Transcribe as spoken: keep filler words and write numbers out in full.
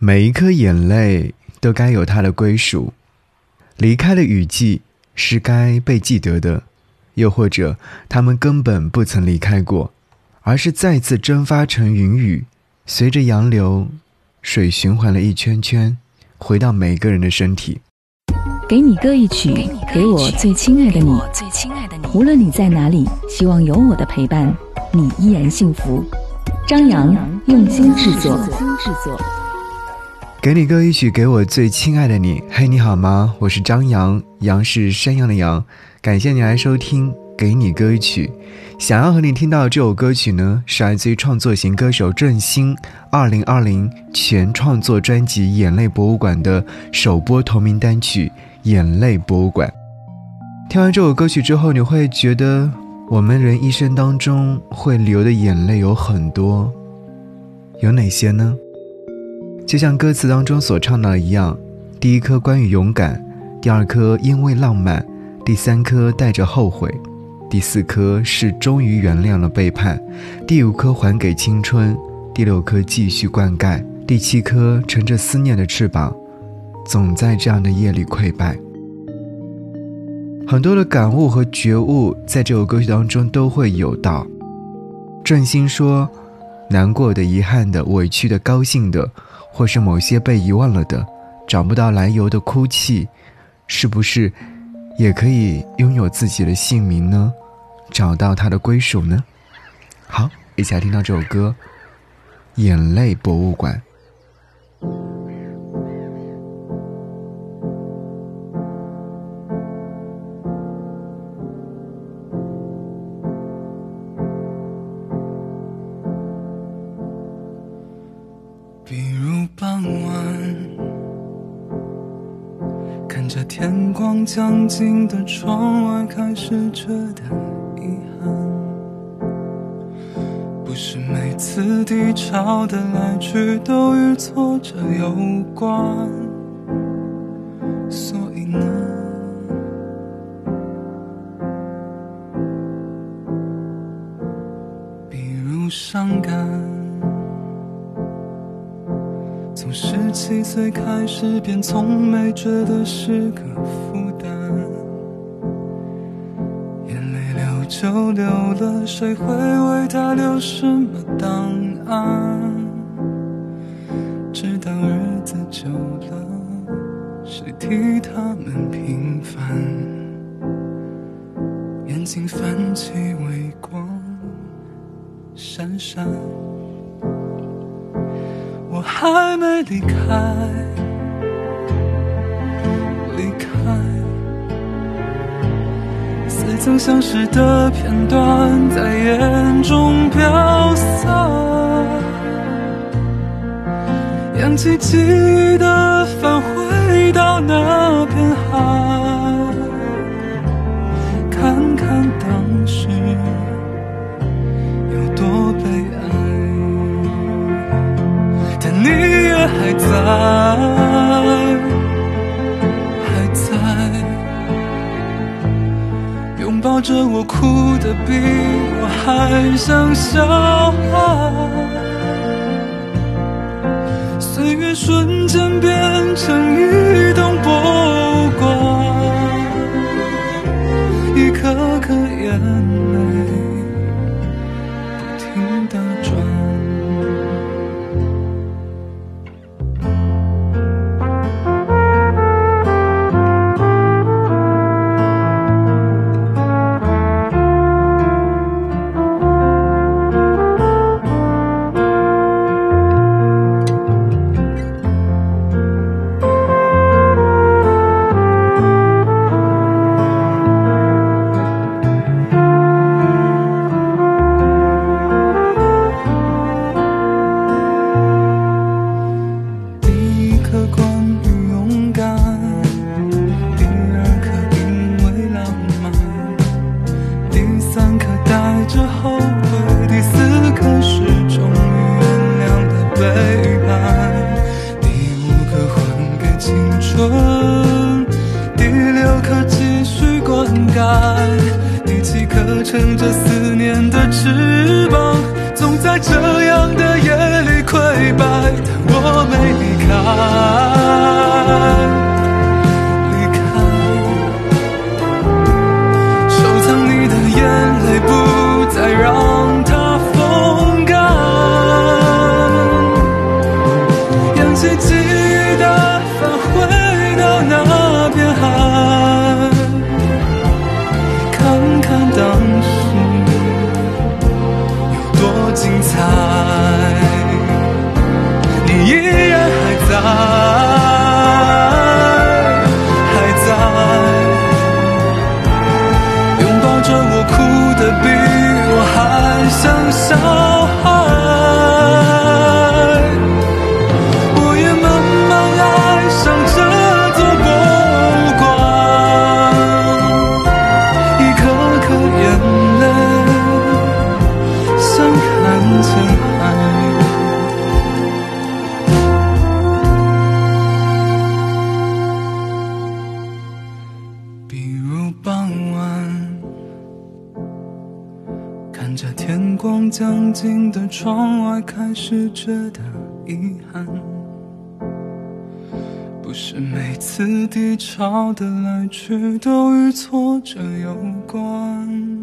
每一颗眼泪都该有它的归属，离开的雨季是该被记得的，又或者他们根本不曾离开过，而是再次蒸发成云雨，随着洋流水循环了一圈圈，回到每个人的身体。 给你歌一曲，给我最亲爱的你，无论你在哪里，希望有我的陪伴，你依然幸福。张扬用心制作。 给你歌一曲，给我最亲爱的你。嘿，你好吗？我是张扬，杨是山羊的羊。感谢你来收听给你歌一曲。想要和你听到这首歌曲呢，是来自于创作型歌手郑兴二零二零全创作专辑《眼泪博物馆》的首播同名单曲《眼泪博物馆》。听完这首歌曲之后，你会觉得我们人一生当中会流的眼泪有很多，有哪些呢？就像歌词当中所唱到的一样，第一颗关于勇敢，第二颗因为浪漫，第三颗带着后悔，第四颗是终于原谅了背叛，第五颗还给青春，第六颗继续灌溉，第七颗乘着思念的翅膀，总在这样的夜里溃败。很多的感悟和觉悟在这首歌曲当中都会有到。郑兴说，难过的、遗憾的、委屈的、高兴的，或是某些被遗忘了的、找不到来由的哭泣，是不是也可以拥有自己的姓名呢？找到它的归属呢？好，一起来听到这首歌《眼泪博物馆》。 比如傍晚，看着天光将近的窗外，开始觉得遗憾。不是每次低潮的来去都与挫折有关，所以呢，比如伤感，从十七岁开始便从没觉得是个负担，眼泪流就流了，谁会为它留什么档案？直到日子久了，谁替他们平反？眼睛泛起微光，闪闪。我还没离开，离开，似曾相识的片段在眼中飘散，扬起记忆的帆，回到那片海，看看当时有多悲哀。你也还在，还在，拥抱着我，哭得比我还像小孩。岁月瞬间变成一栋博物馆，一颗颗眼泪不停地转。第七颗撑着思念的翅膀，总在这样的夜里溃败。但我没离开， 记得返回到那边海，看看当时有多精彩。你依然还在，还在拥抱着我，哭得比我还像小孩。我也慢慢爱上这座博物馆，一颗颗眼泪像看见海。比如傍晚，看着天光将近的窗外，开始觉得遗憾。不是每次低潮的来去都与挫折有关。